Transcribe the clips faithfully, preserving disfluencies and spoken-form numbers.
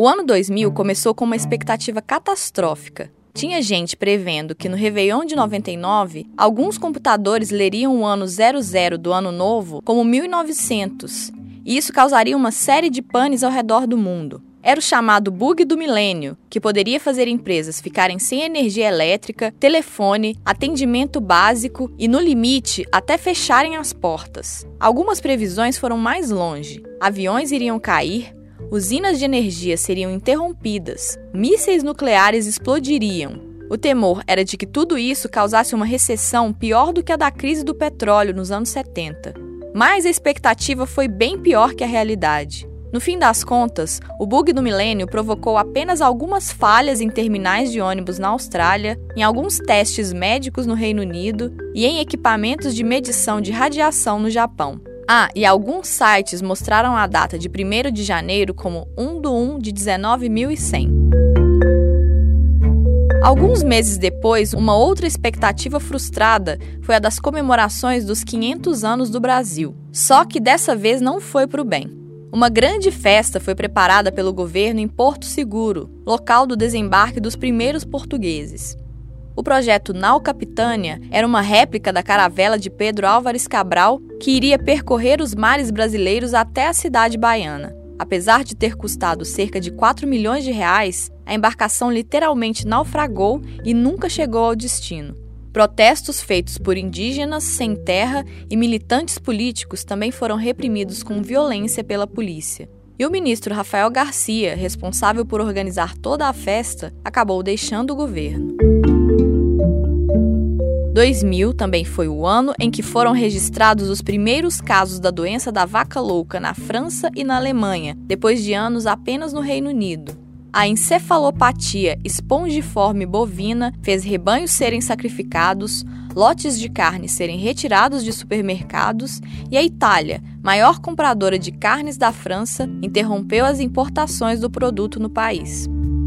O ano dois mil começou com uma expectativa catastrófica. Tinha gente prevendo que no Réveillon de noventa e nove, alguns computadores leriam o ano zero zero do ano novo como mil e novecentos, e isso causaria uma série de panes ao redor do mundo. Era o chamado bug do milênio, que poderia fazer empresas ficarem sem energia elétrica, telefone, atendimento básico e, no limite, até fecharem as portas. Algumas previsões foram mais longe. Aviões iriam cair, usinas de energia seriam interrompidas, mísseis nucleares explodiriam. O temor era de que tudo isso causasse uma recessão pior do que a da crise do petróleo nos anos setenta. Mas a expectativa foi bem pior que a realidade. No fim das contas, o bug do milênio provocou apenas algumas falhas em terminais de ônibus na Austrália, em alguns testes médicos no Reino Unido e em equipamentos de medição de radiação no Japão. Ah, e alguns sites mostraram a data de primeiro de janeiro como um do um de dezenove mil e cem. Alguns meses depois, uma outra expectativa frustrada foi a das comemorações dos quinhentos anos do Brasil. Só que dessa vez não foi para o bem. Uma grande festa foi preparada pelo governo em Porto Seguro, local do desembarque dos primeiros portugueses. O projeto Nau Capitânia era uma réplica da caravela de Pedro Álvares Cabral, que iria percorrer os mares brasileiros até a cidade baiana. Apesar de ter custado cerca de quatro milhões de reais, a embarcação literalmente naufragou e nunca chegou ao destino. Protestos feitos por indígenas sem terra e militantes políticos também foram reprimidos com violência pela polícia. E o ministro Rafael Garcia, responsável por organizar toda a festa, acabou deixando o governo. dois mil também foi o ano em que foram registrados os primeiros casos da doença da vaca louca na França e na Alemanha, depois de anos apenas no Reino Unido. A encefalopatia espongiforme bovina fez rebanhos serem sacrificados, lotes de carne serem retirados de supermercados e a Itália, maior compradora de carnes da França, interrompeu as importações do produto no país.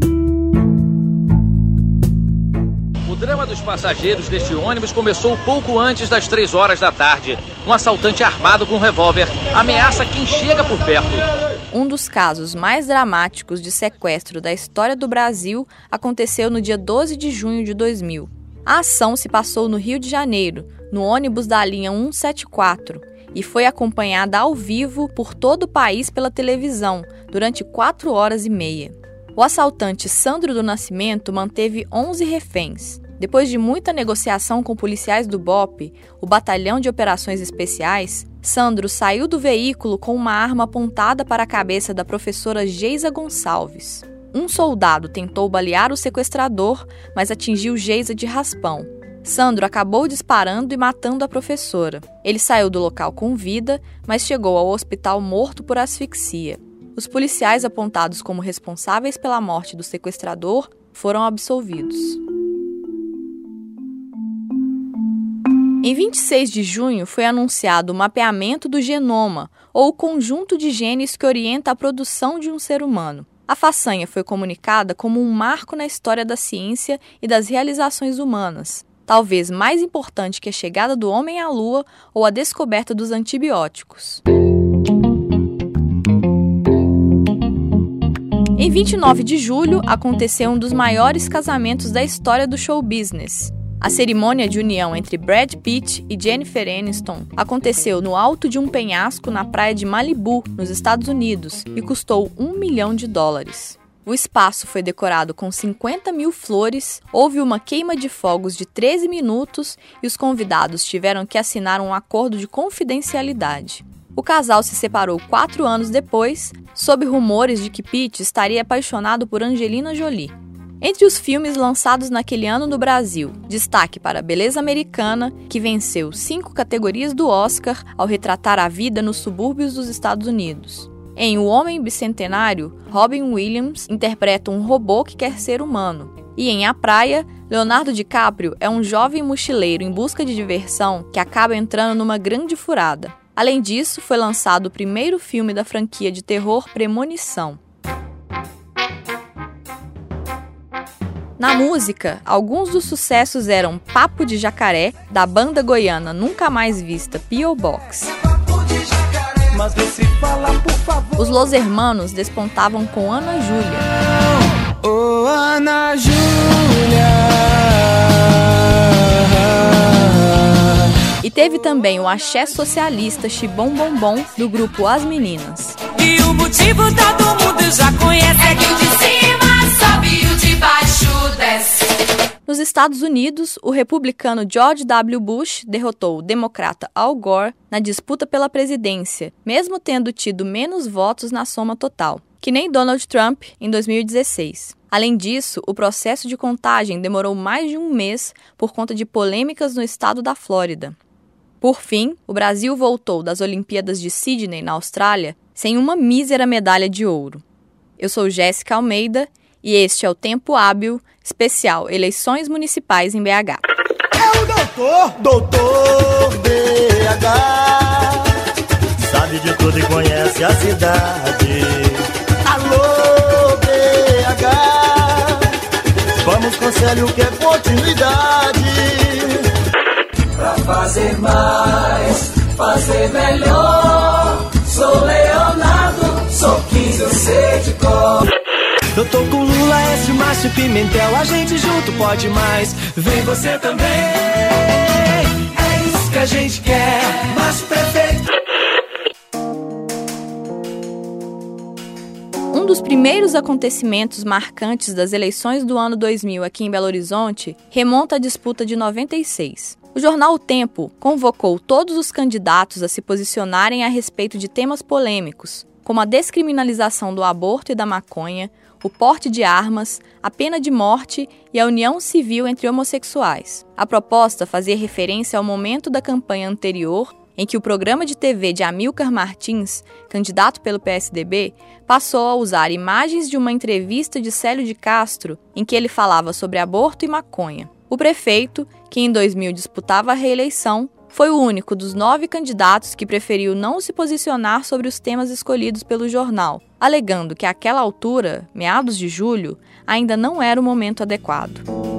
O drama dos passageiros deste ônibus começou pouco antes das três horas da tarde. Um assaltante armado com um revólver ameaça quem chega por perto. Um dos casos mais dramáticos de sequestro da história do Brasil aconteceu no dia doze de junho de dois mil. A ação se passou no Rio de Janeiro, no ônibus da linha cento e setenta e quatro, e foi acompanhada ao vivo por todo o país pela televisão, durante quatro horas e meia. O assaltante Sandro do Nascimento manteve onze reféns. Depois de muita negociação com policiais do B O P, o Batalhão de Operações Especiais, Sandro saiu do veículo com uma arma apontada para a cabeça da professora Geisa Gonçalves. Um soldado tentou balear o sequestrador, mas atingiu Geisa de raspão. Sandro acabou disparando e matando a professora. Ele saiu do local com vida, mas chegou ao hospital morto por asfixia. Os policiais apontados como responsáveis pela morte do sequestrador foram absolvidos. Em vinte e seis de junho foi anunciado o mapeamento do genoma, ou o conjunto de genes que orienta a produção de um ser humano. A façanha foi comunicada como um marco na história da ciência e das realizações humanas, talvez mais importante que a chegada do homem à Lua ou a descoberta dos antibióticos. Em vinte e nove de julho, aconteceu um dos maiores casamentos da história do show business. A cerimônia de união entre Brad Pitt e Jennifer Aniston aconteceu no alto de um penhasco na praia de Malibu, nos Estados Unidos, e custou um milhão de dólares. O espaço foi decorado com cinquenta mil flores, houve uma queima de fogos de treze minutos e os convidados tiveram que assinar um acordo de confidencialidade. O casal se separou quatro anos depois, sob rumores de que Pitt estaria apaixonado por Angelina Jolie. Entre os filmes lançados naquele ano no Brasil, destaque para Beleza Americana, que venceu cinco categorias do Oscar ao retratar a vida nos subúrbios dos Estados Unidos. Em O Homem Bicentenário, Robin Williams interpreta um robô que quer ser humano. E em A Praia, Leonardo DiCaprio é um jovem mochileiro em busca de diversão que acaba entrando numa grande furada. Além disso, foi lançado o primeiro filme da franquia de terror Premonição. Na música, alguns dos sucessos eram Papo de Jacaré, da banda goiana Nunca Mais Vista P O Box. Mas falar, por favor. Os Los Hermanos despontavam com Ana Júlia. Oh, Ana Júlia. E teve também o axé socialista Xibom Bom Bom, do grupo As Meninas. E o motivo todo mundo já conhece, é que o de cima sobe e o de baixo desce. Nos Estados Unidos, o republicano George W. Bush derrotou o democrata Al Gore na disputa pela presidência, mesmo tendo tido menos votos na soma total, que nem Donald Trump em dois mil e dezesseis. Além disso, o processo de contagem demorou mais de um mês por conta de polêmicas no estado da Flórida. Por fim, o Brasil voltou das Olimpíadas de Sydney, na Austrália, sem uma mísera medalha de ouro. Eu sou Jéssica Almeida e este é o Tempo Hábil, especial Eleições Municipais em B H. É o doutor, doutor B H. Sabe de tudo e conhece a cidade. Alô, B H. Vamos, conselho que é continuidade. Pra fazer mais, fazer melhor. Sou Leonardo, sou quinze, eu sei de cor. Eu tô com Lula, S, Márcio Pimentel. A gente junto pode mais. Vem você também. É isso que a gente quer. Márcio prefeito. Um dos primeiros acontecimentos marcantes das eleições do ano dois mil aqui em Belo Horizonte remonta à disputa de noventa e seis. O jornal O Tempo convocou todos os candidatos a se posicionarem a respeito de temas polêmicos, como a descriminalização do aborto e da maconha, o porte de armas, a pena de morte e a união civil entre homossexuais. A proposta fazia referência ao momento da campanha anterior, em que o programa de T V de Amílcar Martins, candidato pelo P S D B, passou a usar imagens de uma entrevista de Célio de Castro, em que ele falava sobre aborto e maconha. O prefeito, que em dois mil disputava a reeleição, foi o único dos nove candidatos que preferiu não se posicionar sobre os temas escolhidos pelo jornal, alegando que àquela altura, meados de julho, ainda não era o momento adequado.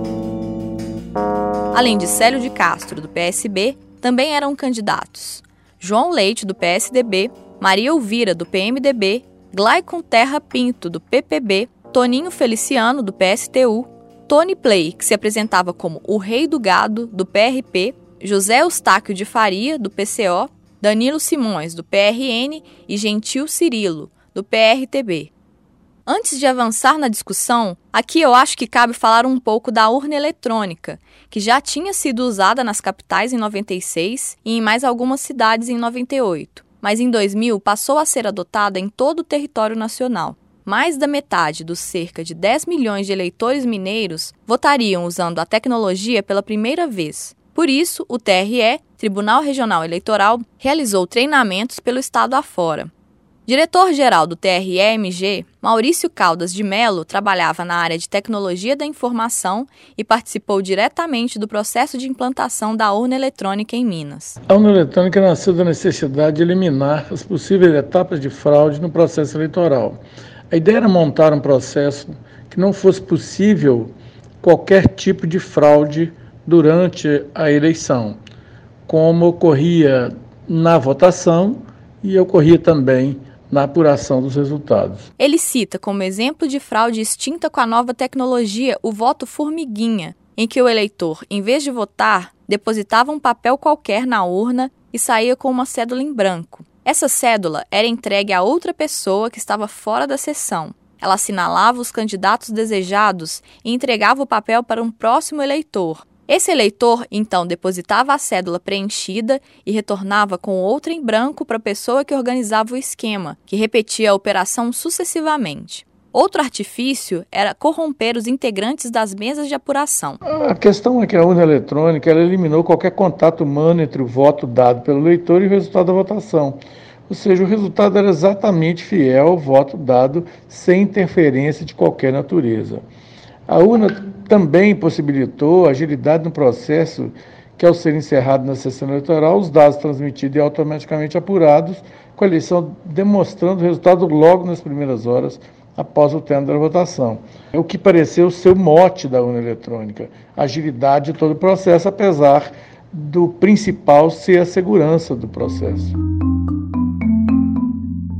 Além de Célio de Castro, do P S B, também eram candidatos João Leite, do P S D B, Maria Elvira, do P M D B, Glaicon Terra Pinto, do P P B, Toninho Feliciano, do P S T U, Tony Play, que se apresentava como o Rei do Gado, do P R P, José Eustáquio de Faria, do P C O, Danilo Simões, do P R N e Gentil Cirilo, do P R T B. Antes de avançar na discussão, aqui eu acho que cabe falar um pouco da urna eletrônica, que já tinha sido usada nas capitais em noventa e seis e em mais algumas cidades em noventa e oito, mas em dois mil passou a ser adotada em todo o território nacional. Mais da metade dos cerca de dez milhões de eleitores mineiros votariam usando a tecnologia pela primeira vez. Por isso, o T R E, Tribunal Regional Eleitoral, realizou treinamentos pelo estado afora. Diretor-geral do T R E M G, Maurício Caldas de Mello, trabalhava na área de tecnologia da informação e participou diretamente do processo de implantação da urna eletrônica em Minas. A urna eletrônica nasceu da necessidade de eliminar as possíveis etapas de fraude no processo eleitoral. A ideia era montar um processo que não fosse possível qualquer tipo de fraude durante a eleição, como ocorria na votação e ocorria também na apuração dos resultados. Ele cita como exemplo de fraude extinta com a nova tecnologia o voto formiguinha, em que o eleitor, em vez de votar, depositava um papel qualquer na urna e saía com uma cédula em branco. Essa cédula era entregue a outra pessoa que estava fora da sessão. Ela assinalava os candidatos desejados e entregava o papel para um próximo eleitor. Esse eleitor, então, depositava a cédula preenchida e retornava com outra em branco para a pessoa que organizava o esquema, que repetia a operação sucessivamente. Outro artifício era corromper os integrantes das mesas de apuração. A questão é que a urna eletrônica ela eliminou qualquer contato humano entre o voto dado pelo eleitor e o resultado da votação. Ou seja, o resultado era exatamente fiel ao voto dado sem interferência de qualquer natureza. A urna também possibilitou agilidade no processo que, ao ser encerrado na sessão eleitoral, os dados transmitidos e automaticamente apurados, com a eleição demonstrando o resultado logo nas primeiras horas após o término da votação. O que pareceu ser o mote da urna eletrônica, agilidade de todo o processo, apesar do principal ser a segurança do processo.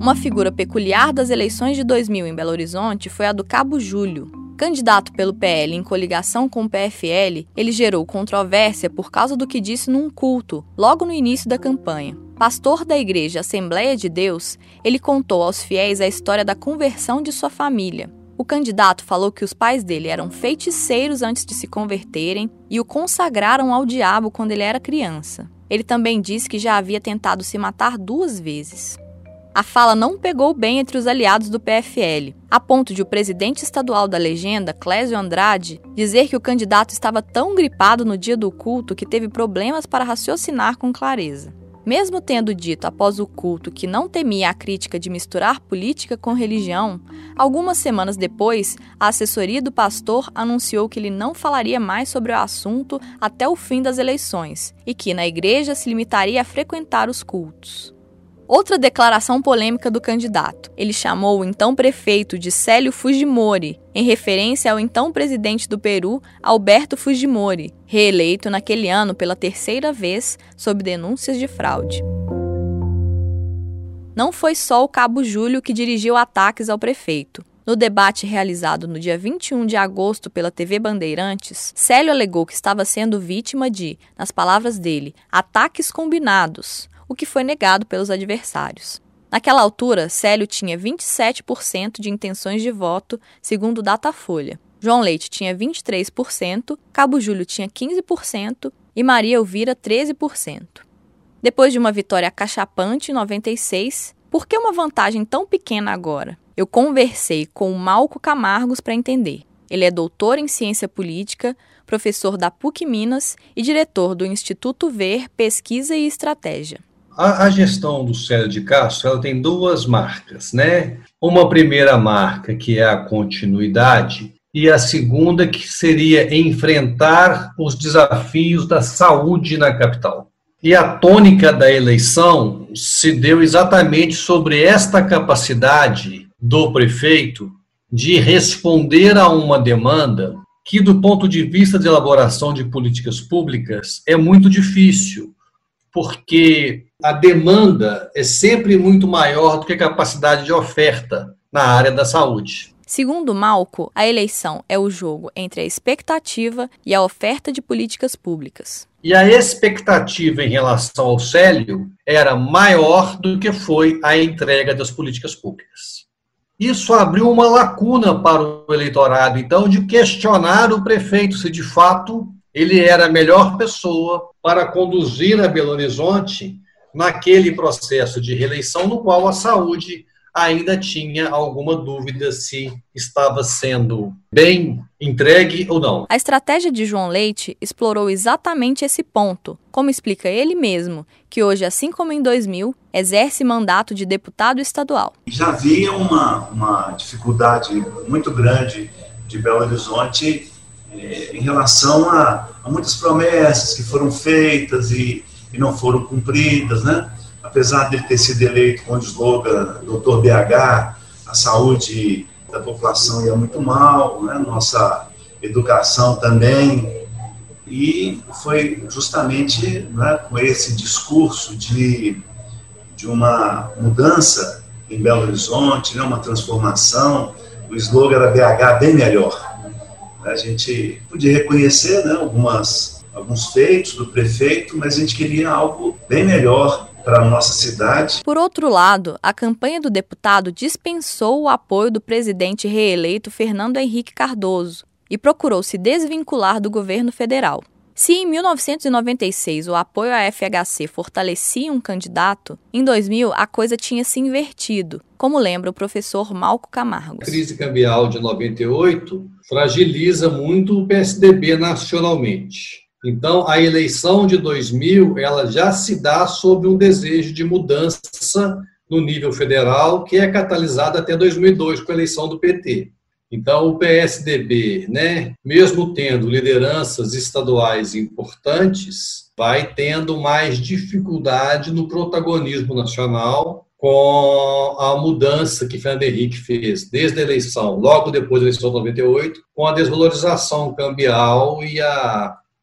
Uma figura peculiar das eleições de dois mil em Belo Horizonte foi a do Cabo Júlio. Candidato pelo P L em coligação com o P F L, ele gerou controvérsia por causa do que disse num culto, logo no início da campanha. Pastor da Igreja Assembleia de Deus, ele contou aos fiéis a história da conversão de sua família. O candidato falou que os pais dele eram feiticeiros antes de se converterem e o consagraram ao diabo quando ele era criança. Ele também disse que já havia tentado se matar duas vezes. A fala não pegou bem entre os aliados do P F L, a ponto de o presidente estadual da legenda, Clésio Andrade, dizer que o candidato estava tão gripado no dia do culto que teve problemas para raciocinar com clareza. Mesmo tendo dito após o culto que não temia a crítica de misturar política com religião, algumas semanas depois, a assessoria do pastor anunciou que ele não falaria mais sobre o assunto até o fim das eleições e que na igreja se limitaria a frequentar os cultos. Outra declaração polêmica do candidato. Ele chamou o então prefeito de Célio Fujimori, em referência ao então presidente do Peru, Alberto Fujimori, reeleito naquele ano pela terceira vez sob denúncias de fraude. Não foi só o Cabo Júlio que dirigiu ataques ao prefeito. No debate realizado no dia vinte e um de agosto pela T V Bandeirantes, Célio alegou que estava sendo vítima de, nas palavras dele, ataques combinados, o que foi negado pelos adversários. Naquela altura, Célio tinha vinte e sete por cento de intenções de voto, segundo o Datafolha. João Leite tinha vinte e três por cento, Cabo Júlio tinha quinze por cento e Maria Elvira treze por cento. Depois de uma vitória acachapante em noventa e seis, por que uma vantagem tão pequena agora? Eu conversei com o Malco Camargos para entender. Ele é doutor em ciência política, professor da P U C Minas e diretor do Instituto Ver Pesquisa e Estratégia. A, a gestão do Célio de Castro, ela tem duas marcas, né? Uma primeira marca, que é a continuidade, e a segunda, que seria enfrentar os desafios da saúde na capital. E a tônica da eleição se deu exatamente sobre esta capacidade do prefeito de responder a uma demanda que, do ponto de vista de elaboração de políticas públicas, é muito difícil, porque a demanda é sempre muito maior do que a capacidade de oferta na área da saúde. Segundo Malco, a eleição é o jogo entre a expectativa e a oferta de políticas públicas. E a expectativa em relação ao Célio era maior do que foi a entrega das políticas públicas. Isso abriu uma lacuna para o eleitorado, então, de questionar o prefeito se, de fato, ele era a melhor pessoa para conduzir a Belo Horizonte naquele processo de reeleição no qual a saúde ainda tinha alguma dúvida se estava sendo bem entregue ou não. A estratégia de João Leite explorou exatamente esse ponto, como explica ele mesmo, que hoje, assim como em dois mil, exerce mandato de deputado estadual. Já havia uma, uma dificuldade muito grande de Belo Horizonte eh, em relação a, a muitas promessas que foram feitas e, e não foram cumpridas, né? Apesar de ele ter sido eleito com o slogan doutor B H, a saúde da população ia muito mal, né? Nossa educação também, e foi justamente, né, com esse discurso de, de uma mudança em Belo Horizonte, né, uma transformação, o slogan era B H bem melhor. A gente podia reconhecer, né, algumas, alguns feitos do prefeito, mas a gente queria algo bem melhor para a nossa cidade. Por outro lado, a campanha do deputado dispensou o apoio do presidente reeleito Fernando Henrique Cardoso e procurou se desvincular do governo federal. Se em mil novecentos e noventa e seis o apoio à F H C fortalecia um candidato, em dois mil a coisa tinha se invertido, como lembra o professor Malco Camargos. A crise cambial de noventa e oito fragiliza muito o P S D B nacionalmente. Então, a eleição de dois mil, ela já se dá sob um desejo de mudança no nível federal, que é catalisado até dois mil e dois com a eleição do P T. Então, o P S D B, né, mesmo tendo lideranças estaduais importantes, vai tendo mais dificuldade no protagonismo nacional com a mudança que Fernando Henrique fez desde a eleição, logo depois da eleição de noventa e oito, com a desvalorização cambial e a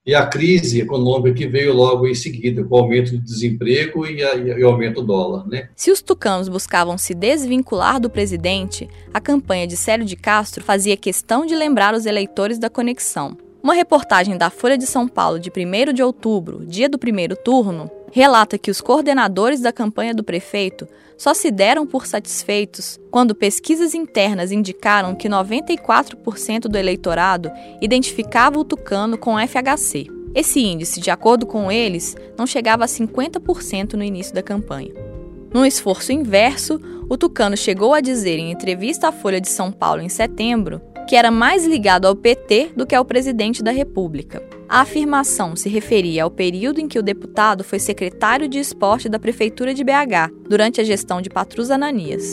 e a crise econômica que veio logo em seguida, com o aumento do desemprego e, a, e o aumento do dólar, né? Se os tucanos buscavam se desvincular do presidente, a campanha de Célio de Castro fazia questão de lembrar os eleitores da conexão. Uma reportagem da Folha de São Paulo de primeiro de outubro, dia do primeiro turno, relata que os coordenadores da campanha do prefeito só se deram por satisfeitos quando pesquisas internas indicaram que noventa e quatro por cento do eleitorado identificava o tucano com F H C. Esse índice, de acordo com eles, não chegava a cinquenta por cento no início da campanha. Num esforço inverso, o tucano chegou a dizer em entrevista à Folha de São Paulo em setembro que era mais ligado ao P T do que ao presidente da República. A afirmação se referia ao período em que o deputado foi secretário de esporte da Prefeitura de B H, durante a gestão de Patrus Ananias.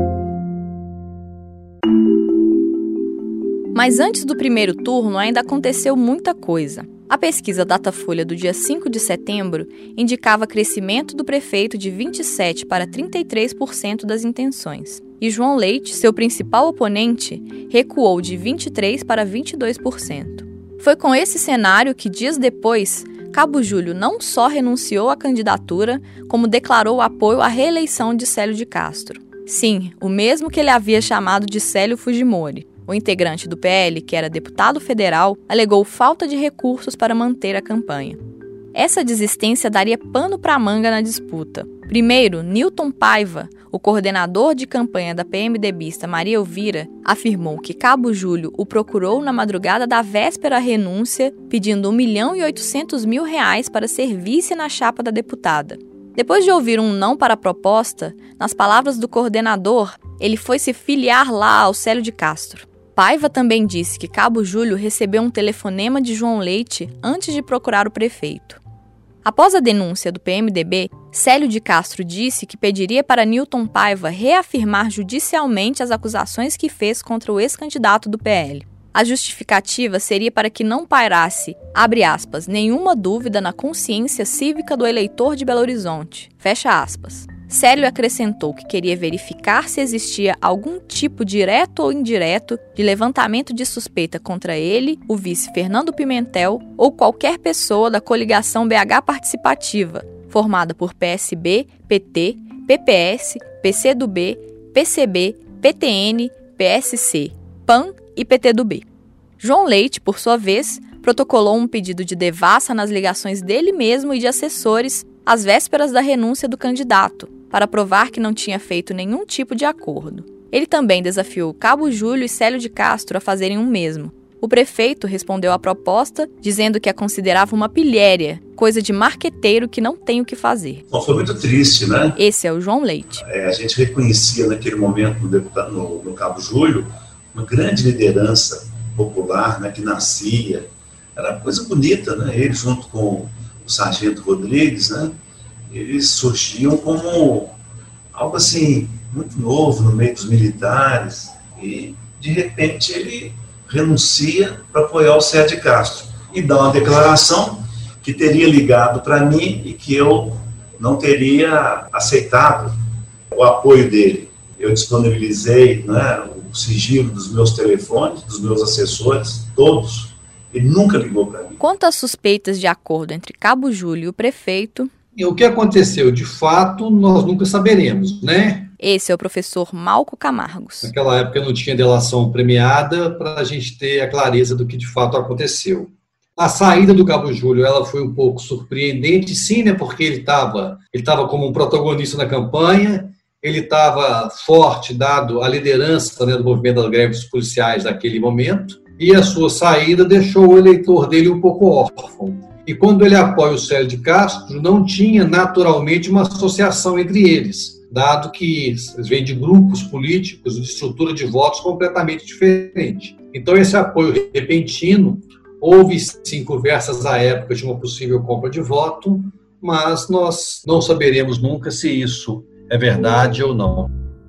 Mas antes do primeiro turno ainda aconteceu muita coisa. A pesquisa Datafolha do dia cinco de setembro indicava crescimento do prefeito de vinte e sete para trinta e três por cento das intenções. E João Leite, seu principal oponente, recuou de vinte e três por cento para vinte e dois por cento. Foi com esse cenário que, dias depois, Cabo Júlio não só renunciou à candidatura, como declarou apoio à reeleição de Célio de Castro. Sim, o mesmo que ele havia chamado de Célio Fujimori. O integrante do P L, que era deputado federal, alegou falta de recursos para manter a campanha. Essa desistência daria pano para a manga na disputa. Primeiro, Newton Paiva, o coordenador de campanha da PMDBista Maria Elvira, afirmou que Cabo Júlio o procurou na madrugada da véspera à renúncia, pedindo um milhão e oitocentos mil reais para ser vice na chapa da deputada. Depois de ouvir um não para a proposta, nas palavras do coordenador, ele foi se filiar lá ao Célio de Castro. Paiva também disse que Cabo Júlio recebeu um telefonema de João Leite antes de procurar o prefeito. Após a denúncia do P M D B, Célio de Castro disse que pediria para Newton Paiva reafirmar judicialmente as acusações que fez contra o ex-candidato do P L. A justificativa seria para que não pairasse, abre aspas, nenhuma dúvida na consciência cívica do eleitor de Belo Horizonte, fecha aspas. Célio acrescentou que queria verificar se existia algum tipo direto ou indireto de levantamento de suspeita contra ele, o vice Fernando Pimentel ou qualquer pessoa da coligação B H Participativa, formada por P S B, P T, P P S, P C do B, P C B, P T N, P S C, P A N e P T do B. João Leite, por sua vez, protocolou um pedido de devassa nas ligações dele mesmo e de assessores às vésperas da renúncia do candidato, para provar que não tinha feito nenhum tipo de acordo. Ele também desafiou Cabo Júlio e Célio de Castro a fazerem o mesmo. O prefeito respondeu à proposta, dizendo que a considerava uma pilhéria, coisa de marqueteiro que não tem o que fazer. Bom, foi muito triste, né? Esse é o João Leite. É, a gente reconhecia naquele momento no, deputado, no, no Cabo Júlio uma grande liderança popular, né, que nascia. Era uma coisa bonita, né? Ele junto com o Sargento Rodrigues, né? Eles surgiam como algo assim, muito novo no meio dos militares, e de repente ele renuncia para apoiar o Célio de Castro e dá uma declaração que teria ligado para mim e que eu não teria aceitado o apoio dele. Eu disponibilizei, né, o sigilo dos meus telefones, dos meus assessores, todos. Ele nunca ligou para mim. Quanto às suspeitas de acordo entre Cabo Júlio e o prefeito... E o que aconteceu, de fato, nós nunca saberemos, né? Esse é o professor Malco Camargos. Naquela época não tinha delação premiada para a gente ter a clareza do que de fato aconteceu. A saída do Cabo Júlio, ela foi um pouco surpreendente, sim, né? Porque ele estava ele estava como um protagonista na campanha, ele estava forte, dado a liderança, né, do movimento das greves policiais naquele momento, e a sua saída deixou o eleitor dele um pouco órfão. E quando ele apoia o Célio de Castro, não tinha naturalmente uma associação entre eles, dado que eles vêm de grupos políticos, de estrutura de votos completamente diferente. Então, esse apoio repentino, houve sim conversas à época de uma possível compra de voto, mas nós não saberemos nunca se isso é verdade ou não.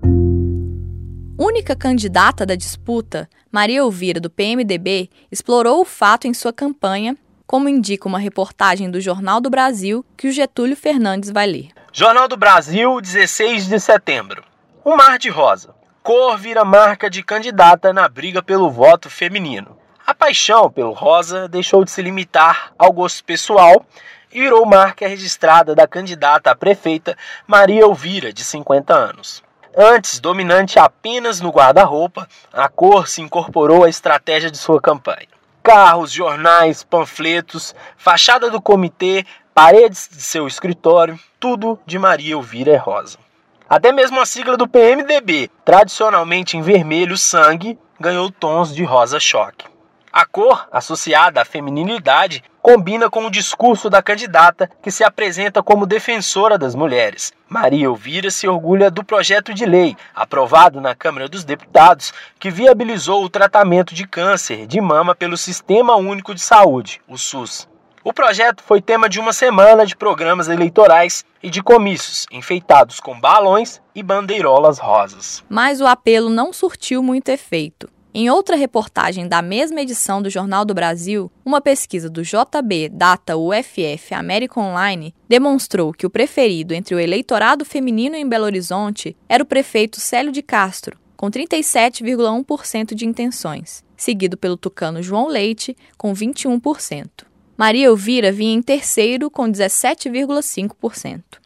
Única candidata da disputa, Maria Elvira, do P M D B, explorou o fato em sua campanha, como indica uma reportagem do Jornal do Brasil que o Getúlio Fernandes vai ler. Jornal do Brasil, dezesseis de setembro. O mar de rosa. Cor vira marca de candidata na briga pelo voto feminino. A paixão pelo rosa deixou de se limitar ao gosto pessoal e virou marca registrada da candidata a prefeita Maria Elvira, de cinquenta anos. Antes dominante apenas no guarda-roupa, a cor se incorporou à estratégia de sua campanha. Carros, jornais, panfletos, fachada do comitê, paredes de seu escritório, tudo de Maria Elvira é rosa. Até mesmo a sigla do P M D B, tradicionalmente em vermelho sangue, ganhou tons de rosa choque. A cor, associada à feminilidade, combina com o discurso da candidata que se apresenta como defensora das mulheres. Maria Elvira se orgulha do projeto de lei, aprovado na Câmara dos Deputados, que viabilizou o tratamento de câncer de mama pelo Sistema Único de Saúde, o SUS. O projeto foi tema de uma semana de programas eleitorais e de comícios, enfeitados com balões e bandeirolas rosas. Mas o apelo não surtiu muito efeito. Em outra reportagem da mesma edição do Jornal do Brasil, uma pesquisa do J B Data U F F América Online demonstrou que o preferido entre o eleitorado feminino em Belo Horizonte era o prefeito Célio de Castro, com trinta e sete vírgula um por cento de intenções, seguido pelo tucano João Leite, com vinte e um por cento. Maria Elvira vinha em terceiro, com dezessete vírgula cinco por cento.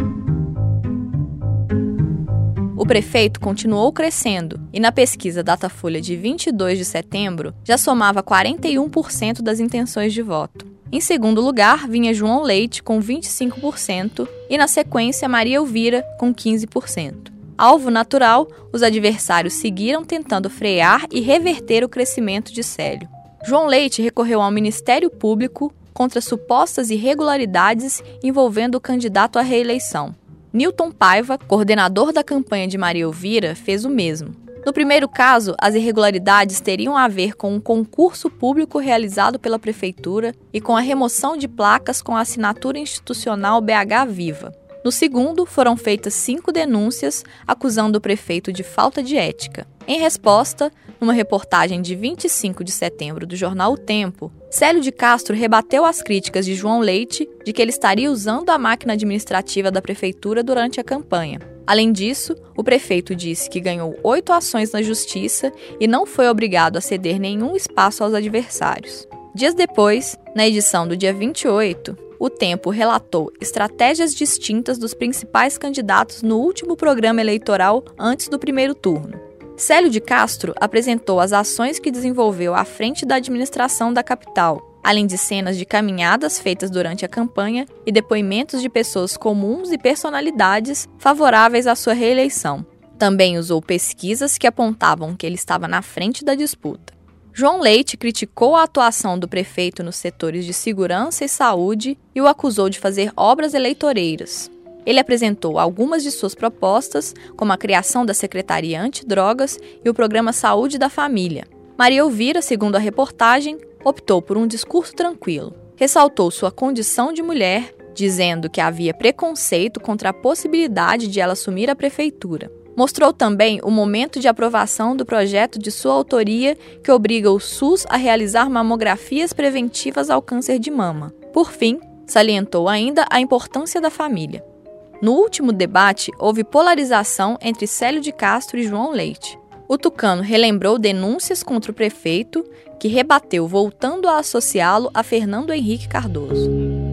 O prefeito continuou crescendo e na pesquisa Datafolha de vinte e dois de setembro já somava quarenta e um por cento das intenções de voto. Em segundo lugar vinha João Leite com vinte e cinco por cento e na sequência Maria Elvira com quinze por cento. Alvo natural, os adversários seguiram tentando frear e reverter o crescimento de Célio. João Leite recorreu ao Ministério Público contra supostas irregularidades envolvendo o candidato à reeleição. Newton Paiva, coordenador da campanha de Maria Elvira, fez o mesmo. No primeiro caso, as irregularidades teriam a ver com um concurso público realizado pela Prefeitura e com a remoção de placas com a assinatura institucional B H Viva. No segundo, foram feitas cinco denúncias acusando o prefeito de falta de ética. Em resposta, numa reportagem de vinte e cinco de setembro do jornal O Tempo, Célio de Castro rebateu as críticas de João Leite de que ele estaria usando a máquina administrativa da prefeitura durante a campanha. Além disso, o prefeito disse que ganhou oito ações na justiça e não foi obrigado a ceder nenhum espaço aos adversários. Dias depois, na edição do dia vinte e oito, O Tempo relatou estratégias distintas dos principais candidatos no último programa eleitoral antes do primeiro turno. Célio de Castro apresentou as ações que desenvolveu à frente da administração da capital, além de cenas de caminhadas feitas durante a campanha e depoimentos de pessoas comuns e personalidades favoráveis à sua reeleição. Também usou pesquisas que apontavam que ele estava na frente da disputa. João Leite criticou a atuação do prefeito nos setores de segurança e saúde e o acusou de fazer obras eleitoreiras. Ele apresentou algumas de suas propostas, como a criação da Secretaria Antidrogas e o Programa Saúde da Família. Maria Elvira, segundo a reportagem, optou por um discurso tranquilo. Ressaltou sua condição de mulher, dizendo que havia preconceito contra a possibilidade de ela assumir a prefeitura. Mostrou também o momento de aprovação do projeto de sua autoria que obriga o SUS a realizar mamografias preventivas ao câncer de mama. Por fim, salientou ainda a importância da família. No último debate, houve polarização entre Célio de Castro e João Leite. O tucano relembrou denúncias contra o prefeito, que rebateu voltando a associá-lo a Fernando Henrique Cardoso.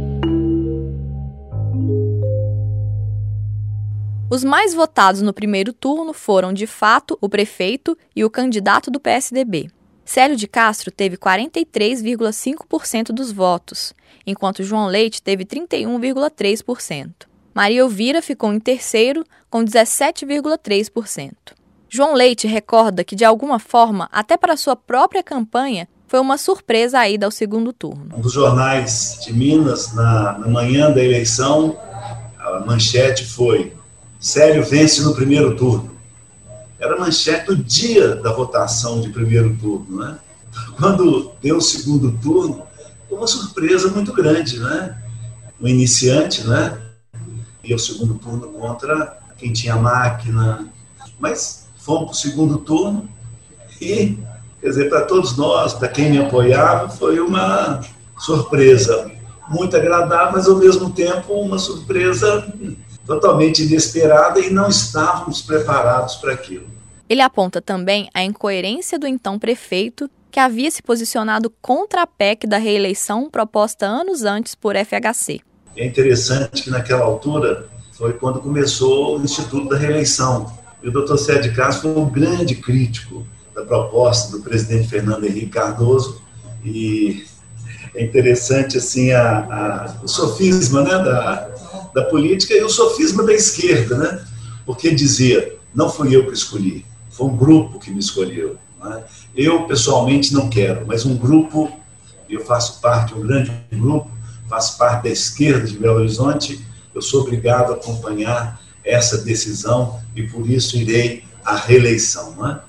Os mais votados no primeiro turno foram, de fato, o prefeito e o candidato do P S D B. Célio de Castro teve quarenta e três vírgula cinco por cento dos votos, enquanto João Leite teve trinta e um vírgula três por cento. Maria Elvira ficou em terceiro, com dezessete vírgula três por cento. João Leite recorda que, de alguma forma, até para sua própria campanha, foi uma surpresa a ida ao segundo turno. Um dos jornais de Minas, na, na manhã da eleição, a manchete foi: Célio vence no primeiro turno. Era a manchete do dia da votação de primeiro turno, né? Quando deu o segundo turno, foi uma surpresa muito grande, né? O iniciante, né? E o segundo turno contra quem tinha máquina. Mas fomos para o segundo turno e, quer dizer, para todos nós, para quem me apoiava, foi uma surpresa muito agradável, mas ao mesmo tempo uma surpresa totalmente inesperada e não estávamos preparados para aquilo. Ele aponta também a incoerência do então prefeito que havia se posicionado contra a P E C da reeleição proposta anos antes por F H C. É interessante que naquela altura foi quando começou o Instituto da Reeleição. E o doutor Célio de Castro foi um grande crítico da proposta do presidente Fernando Henrique Cardoso. E é interessante assim, a, a, o sofisma, né, da, da política e o sofisma da esquerda, né? Porque dizia, não fui eu que escolhi, foi um grupo que me escolheu. Né? Eu, pessoalmente, não quero, mas um grupo, eu faço parte de um grande grupo, faço parte da esquerda de Belo Horizonte, eu sou obrigado a acompanhar essa decisão e por isso irei à reeleição. Né?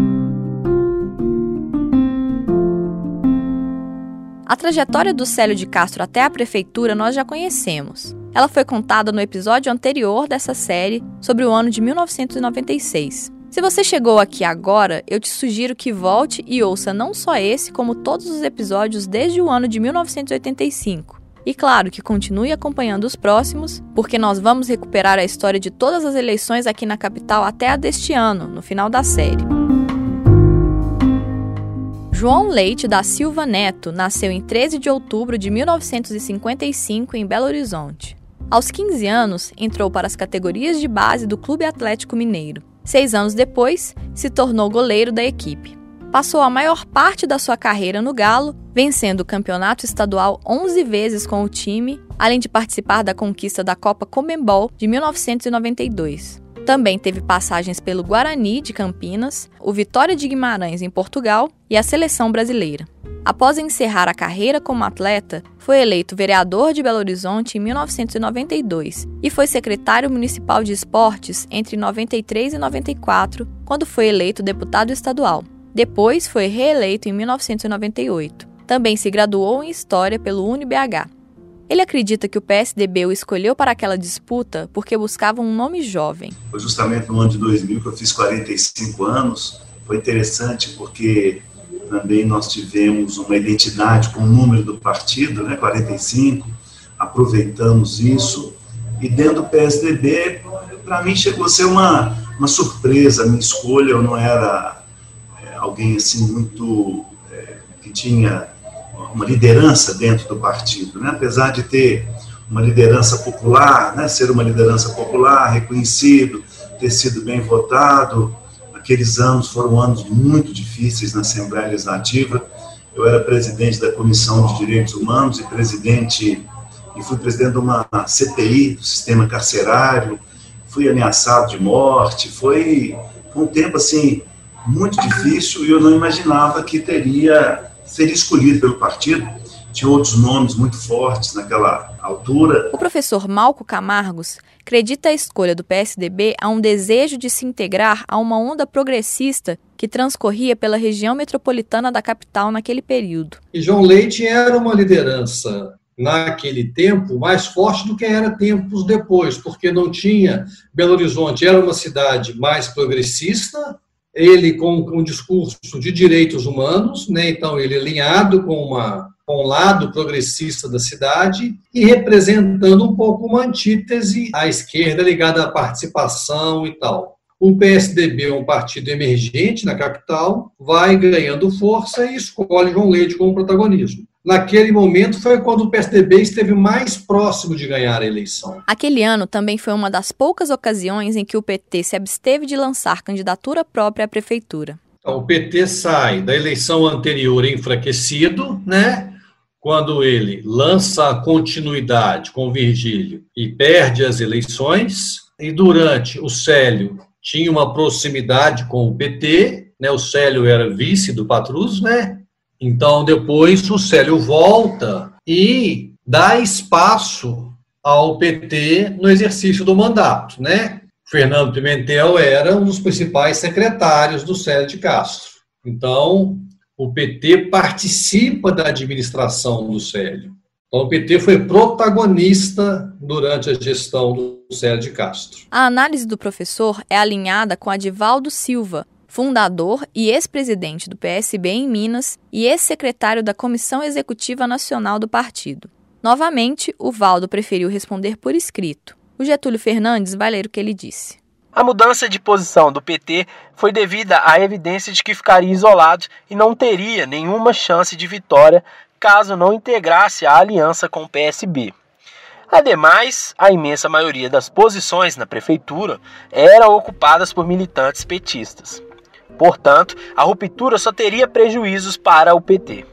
A trajetória do Célio de Castro até a prefeitura nós já conhecemos. Ela foi contada no episódio anterior dessa série sobre o ano de mil novecentos e noventa e seis. Se você chegou aqui agora, eu te sugiro que volte e ouça não só esse, como todos os episódios desde o ano de mil novecentos e oitenta e cinco. E claro que continue acompanhando os próximos, porque nós vamos recuperar a história de todas as eleições aqui na capital até a deste ano, no final da série. João Leite da Silva Neto nasceu em treze de outubro de mil novecentos e cinquenta e cinco em Belo Horizonte. Aos quinze anos, entrou para as categorias de base do Clube Atlético Mineiro. Seis anos depois, se tornou goleiro da equipe. Passou a maior parte da sua carreira no Galo, vencendo o campeonato estadual onze vezes com o time, além de participar da conquista da Copa Conmebol de mil novecentos e noventa e dois. Também teve passagens pelo Guarani de Campinas, o Vitória de Guimarães em Portugal e a Seleção Brasileira. Após encerrar a carreira como atleta, foi eleito vereador de Belo Horizonte em mil novecentos e noventa e dois e foi secretário municipal de esportes entre noventa e três e noventa e quatro, quando foi eleito deputado estadual. Depois foi reeleito em mil novecentos e noventa e oito. Também se graduou em História pelo U N B H. Ele acredita que o P S D B o escolheu para aquela disputa porque buscava um nome jovem. Foi justamente no ano de dois mil que eu fiz quarenta e cinco anos. Foi interessante porque também nós tivemos uma identidade com o número do partido, né, quarenta e cinco, aproveitamos isso. E dentro do P S D B, para mim chegou a ser uma, uma surpresa a minha escolha. Eu não era é, alguém assim muito é, que tinha uma liderança dentro do partido, né? Apesar de ter uma liderança popular, né? Ser uma liderança popular, reconhecido, ter sido bem votado. Aqueles anos foram anos muito difíceis na Assembleia Legislativa. Eu era presidente da Comissão de Direitos Humanos e presidente e fui presidente de uma C P I do sistema carcerário. Fui ameaçado de morte. Foi, foi um tempo assim muito difícil e eu não imaginava que teria seria escolhido pelo partido. Tinha outros nomes muito fortes naquela altura. O professor Malco Camargos acredita a escolha do P S D B a um desejo de se integrar a uma onda progressista que transcorria pela região metropolitana da capital naquele período. E João Leite era uma liderança, naquele tempo, mais forte do que era tempos depois, porque não tinha... Belo Horizonte era uma cidade mais progressista, ele com, com um discurso de direitos humanos, né? Então ele alinhado com, uma, com um lado progressista da cidade e representando um pouco uma antítese à esquerda ligada à participação e tal. O P S D B é um partido emergente na capital, vai ganhando força e escolhe João Leite como protagonismo. Naquele momento foi quando o P S D B esteve mais próximo de ganhar a eleição. Aquele ano também foi uma das poucas ocasiões em que o P T se absteve de lançar candidatura própria à prefeitura. Então, o P T sai da eleição anterior enfraquecido, né? Quando ele lança a continuidade com o Virgílio e perde as eleições, e durante o Célio tinha uma proximidade com o P T, né? O Célio era vice do Patrus, né? Então, depois, o Célio volta e dá espaço ao P T no exercício do mandato, né? Fernando Pimentel era um dos principais secretários do Célio de Castro. Então, o P T participa da administração do Célio. Então, o P T foi protagonista durante a gestão do Célio de Castro. A análise do professor é alinhada com a de Valdo Silva, fundador e ex-presidente do P S B em Minas e ex-secretário da Comissão Executiva Nacional do partido. Novamente, o Valdo preferiu responder por escrito. O Getúlio Fernandes vai ler o que ele disse. A mudança de posição do P T foi devida à evidência de que ficaria isolado e não teria nenhuma chance de vitória caso não integrasse a aliança com o P S B. Ademais, a imensa maioria das posições na prefeitura eram ocupadas por militantes petistas. Portanto, a ruptura só teria prejuízos para o P T.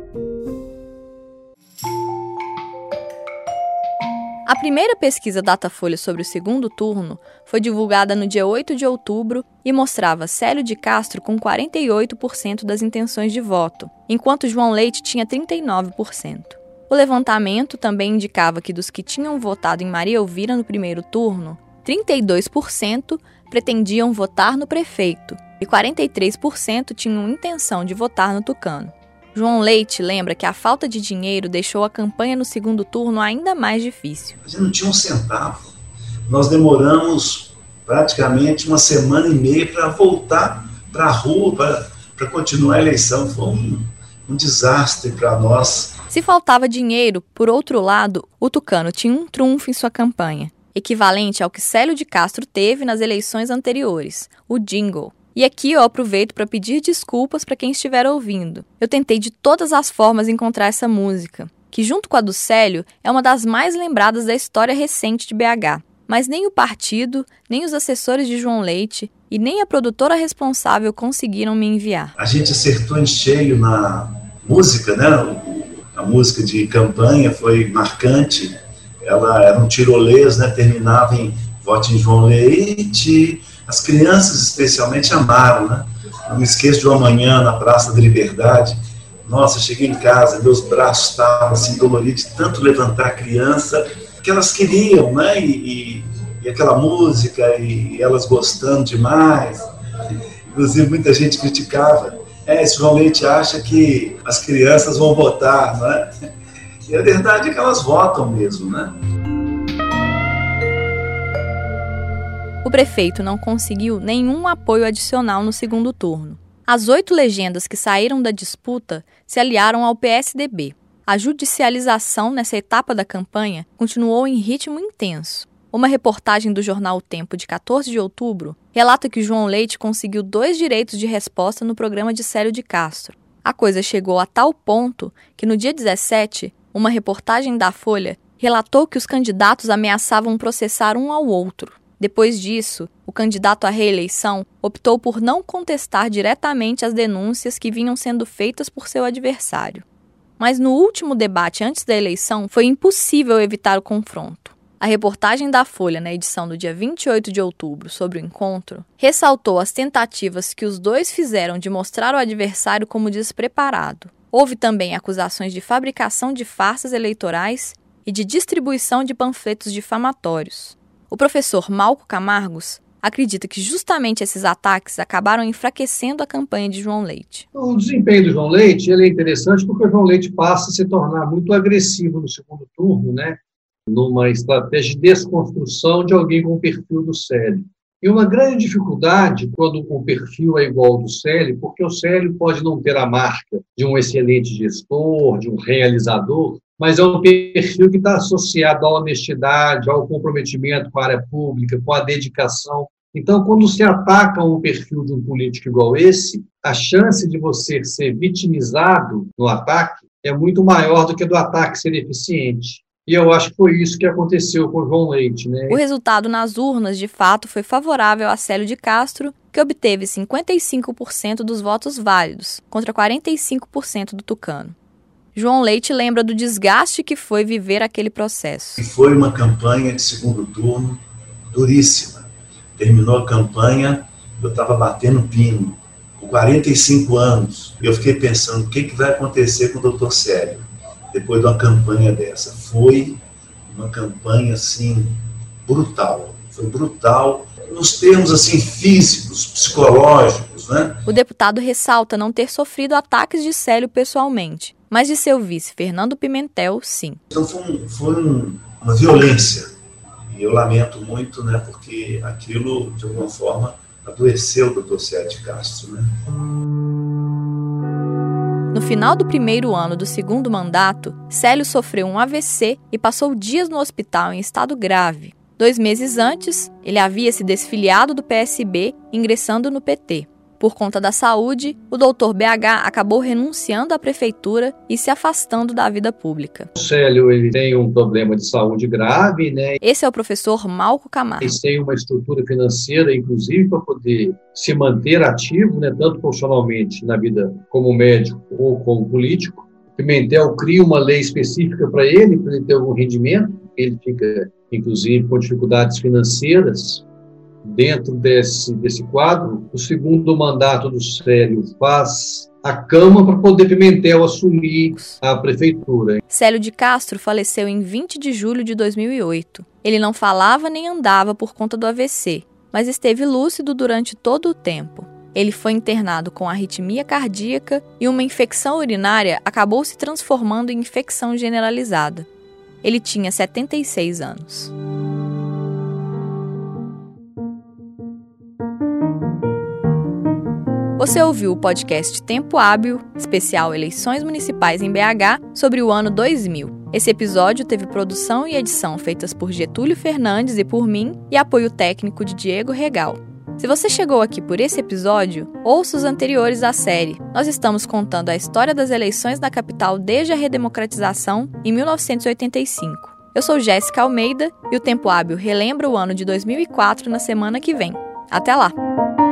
A primeira pesquisa Datafolha sobre o segundo turno foi divulgada no dia oito de outubro e mostrava Célio de Castro com quarenta e oito por cento das intenções de voto, enquanto João Leite tinha trinta e nove por cento. O levantamento também indicava que dos que tinham votado em Maria Elvira no primeiro turno, trinta e dois por cento pretendiam votar no prefeito e quarenta e três por cento tinham intenção de votar no Tucano. João Leite lembra que a falta de dinheiro deixou a campanha no segundo turno ainda mais difícil. A gente não tinha um centavo. Nós demoramos praticamente uma semana e meia para voltar para a rua, para continuar a eleição. Foi um, um desastre para nós. Se faltava dinheiro, por outro lado, o Tucano tinha um trunfo em sua campanha, equivalente ao que Célio de Castro teve nas eleições anteriores, o jingle. E aqui eu aproveito para pedir desculpas para quem estiver ouvindo. Eu tentei de todas as formas encontrar essa música, que junto com a do Célio é uma das mais lembradas da história recente de B H. Mas nem o partido, nem os assessores de João Leite e nem a produtora responsável conseguiram me enviar. A gente acertou em cheio na música, né? A música de campanha foi marcante. Ela era um tirolês, né? Terminava em vote em João Leite. As crianças especialmente amaram, né? Não me esqueço de uma manhã na Praça da Liberdade. Nossa, cheguei em casa, meus braços estavam assim doloridos de tanto levantar a criança, que elas queriam, né? E, e, e aquela música, e elas gostando demais. Inclusive, muita gente criticava. É, esse João Leite acha que as crianças vão votar, né? E a verdade é que elas votam mesmo, né? O prefeito não conseguiu nenhum apoio adicional no segundo turno. As oito legendas que saíram da disputa se aliaram ao P S D B. A judicialização nessa etapa da campanha continuou em ritmo intenso. Uma reportagem do jornal O Tempo, de quatorze de outubro, relata que João Leite conseguiu dois direitos de resposta no programa de Célio de Castro. A coisa chegou a tal ponto que, no dia dezessete, uma reportagem da Folha relatou que os candidatos ameaçavam processar um ao outro. Depois disso, o candidato à reeleição optou por não contestar diretamente as denúncias que vinham sendo feitas por seu adversário. Mas no último debate antes da eleição, foi impossível evitar o confronto. A reportagem da Folha, na edição do dia vinte e oito de outubro, sobre o encontro, ressaltou as tentativas que os dois fizeram de mostrar o adversário como despreparado. Houve também acusações de fabricação de farsas eleitorais e de distribuição de panfletos difamatórios. O professor Malco Camargos acredita que justamente esses ataques acabaram enfraquecendo a campanha de João Leite. O desempenho do João Leite ele é interessante porque o João Leite passa a se tornar muito agressivo no segundo turno, né? Numa estratégia de desconstrução de alguém com o perfil do Célio. E uma grande dificuldade quando o perfil é igual ao do Célio, porque o Célio pode não ter a marca de um excelente gestor, de um realizador, mas é um perfil que está associado à honestidade, ao comprometimento com a área pública, com a dedicação. Então, quando se ataca um perfil de um político igual esse, a chance de você ser vitimizado no ataque é muito maior do que do ataque ser eficiente. E eu acho que foi isso que aconteceu com o João Leite, né? O resultado nas urnas, de fato, foi favorável a Célio de Castro, que obteve cinquenta e cinco por cento dos votos válidos, contra quarenta e cinco por cento do Tucano. João Leite lembra do desgaste que foi viver aquele processo. Foi uma campanha de segundo turno duríssima. Terminou a campanha, eu estava batendo pino, com quarenta e cinco anos. Eu fiquei pensando, o que, que vai acontecer com o doutor Célio depois de uma campanha dessa? Foi uma campanha, assim, brutal. Foi brutal nos termos, assim, físicos, psicológicos, né? O deputado ressalta não ter sofrido ataques de Célio pessoalmente, mas de seu vice, Fernando Pimentel, sim. Então foi, um, foi um, uma violência, e eu lamento muito, né, porque aquilo, de alguma forma, adoeceu o doutor Célio de Castro, né? No final do primeiro ano do segundo mandato, Célio sofreu um A V C e passou dias no hospital em estado grave. Dois meses antes, ele havia se desfiliado do P S B, ingressando no P T. Por conta da saúde, o doutor B H acabou renunciando à prefeitura e se afastando da vida pública. O Célio ele tem um problema de saúde grave, né? Esse é o professor Malco Camargo. Ele tem uma estrutura financeira, inclusive, para poder se manter ativo, né, tanto profissionalmente na vida como médico ou como político. Pimentel cria uma lei específica para ele, para ele ter algum rendimento. Ele fica, inclusive, com dificuldades financeiras. Dentro desse, desse quadro, o segundo mandato do Célio faz a cama para poder Pimentel assumir a prefeitura. Célio de Castro faleceu em vinte de julho de dois mil e oito. Ele não falava nem andava por conta do A V C, mas esteve lúcido durante todo o tempo. Ele foi internado com arritmia cardíaca e uma infecção urinária acabou se transformando em infecção generalizada. Ele tinha setenta e seis anos. Você ouviu o podcast Tempo Hábil, especial Eleições Municipais em B H, sobre o ano dois mil. Esse episódio teve produção e edição feitas por Getúlio Fernandes e por mim, e apoio técnico de Diego Regal. Se você chegou aqui por esse episódio, ouça os anteriores à série. Nós estamos contando a história das eleições na capital desde a redemocratização, em mil novecentos e oitenta e cinco. Eu sou Jéssica Almeida e o Tempo Hábil relembra o ano de dois mil e quatro na semana que vem. Até lá!